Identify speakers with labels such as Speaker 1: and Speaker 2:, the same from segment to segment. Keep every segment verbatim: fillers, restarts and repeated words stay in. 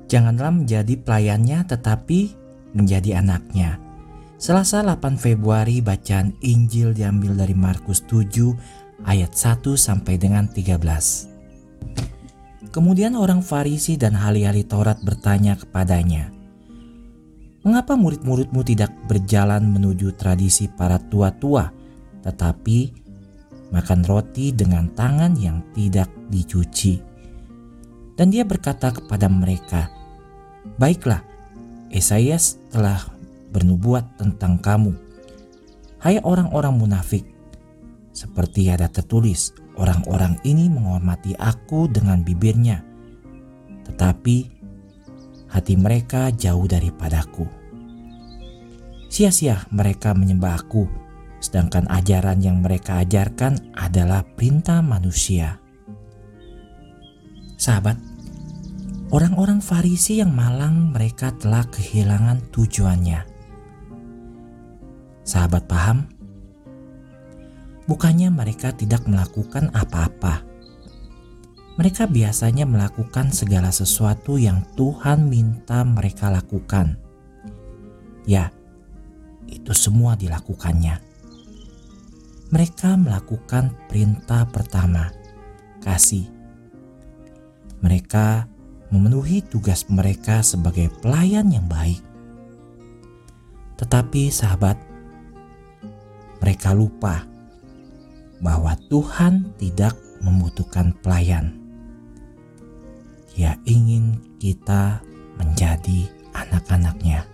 Speaker 1: Janganlah menjadi pelayannya tetapi menjadi anaknya. Selasa delapan Februari, bacaan Injil diambil dari Markus tujuh ayat satu sampai dengan tiga belas. Kemudian orang Farisi dan ahli-ahli Taurat bertanya kepadanya, "Mengapa murid-muridmu tidak berjalan menuju tradisi para tua-tua, tetapi makan roti dengan tangan yang tidak dicuci?" Dan dia berkata kepada mereka, "Baiklah, Yesayas telah bernubuat tentang kamu, hai orang-orang munafik. Seperti ada tertulis, orang-orang ini menghormati aku dengan bibirnya, tetapi hati mereka jauh daripadaku. Sia-sia mereka menyembah aku, sedangkan ajaran yang mereka ajarkan adalah perintah manusia." Sahabat, orang-orang Farisi yang malang, mereka telah kehilangan tujuannya. Sahabat paham? Bukannya mereka tidak melakukan apa-apa. Mereka biasanya melakukan segala sesuatu yang Tuhan minta mereka lakukan. Ya, itu semua dilakukannya. Mereka melakukan perintah pertama, kasih. Mereka memenuhi tugas mereka sebagai pelayan yang baik. Tetapi sahabat, mereka lupa bahwa Tuhan tidak membutuhkan pelayan. Dia ingin kita menjadi anak-anaknya.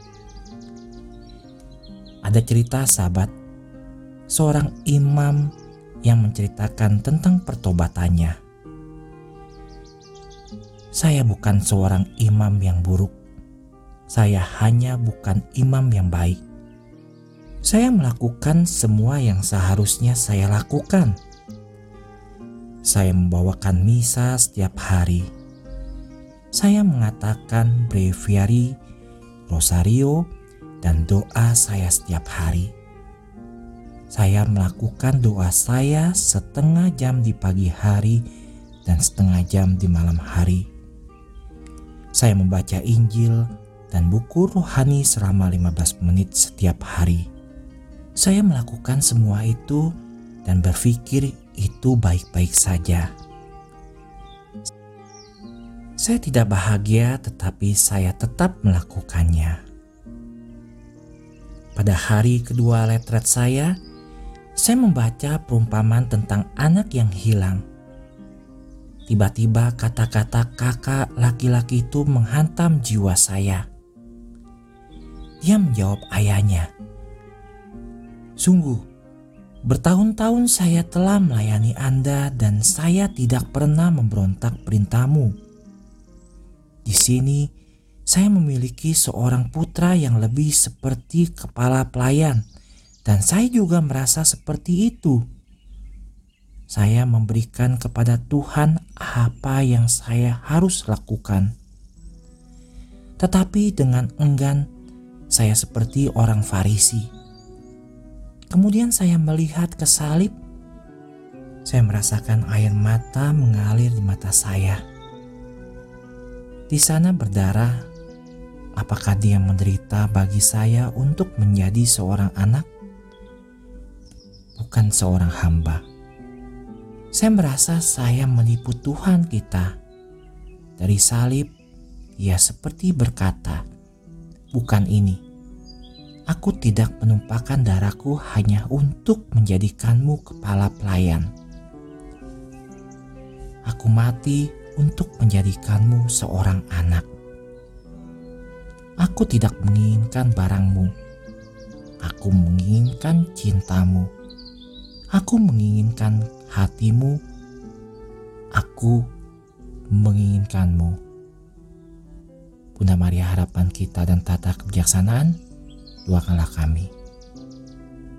Speaker 1: Ada cerita sahabat, seorang imam yang menceritakan tentang pertobatannya. "Saya bukan seorang imam yang buruk. Saya hanya bukan imam yang baik. Saya melakukan semua yang seharusnya saya lakukan. Saya membawakan misa setiap hari. Saya mengatakan breviary, rosario, dan doa saya setiap hari. Saya melakukan doa saya setengah jam di pagi hari dan setengah jam di malam hari. Saya membaca Injil dan buku rohani selama lima belas menit setiap hari. Saya melakukan semua itu dan berpikir itu baik-baik saja. Saya tidak bahagia, tetapi saya tetap melakukannya." Pada hari kedua retret saya, saya membaca perumpamaan tentang anak yang hilang. Tiba-tiba kata-kata kakak laki-laki itu menghantam jiwa saya. Dia menjawab ayahnya, "Sungguh, bertahun-tahun saya telah melayani Anda dan saya tidak pernah memberontak perintahmu. Di sini saya memiliki seorang putra yang lebih seperti kepala pelayan dan saya juga merasa seperti itu. Saya memberikan kepada Tuhan apa yang saya harus lakukan. Tetapi dengan enggan, saya seperti orang Farisi. Kemudian saya melihat ke salib. Saya merasakan air mata mengalir di mata saya. Di sana berdarah. Apakah dia menderita bagi saya untuk menjadi seorang anak? Bukan seorang hamba. Saya merasa saya menipu Tuhan kita. Dari salib, ia seperti berkata, 'Bukan ini. Aku tidak menumpahkan darahku hanya untuk menjadikanmu kepala pelayan. Aku mati untuk menjadikanmu seorang anak. Aku tidak menginginkan barangmu. Aku menginginkan cintamu. Aku menginginkan hatimu. Aku menginginkanmu.' Bunda Maria, harapan kita dan tata kebijaksanaan, doakanlah kami.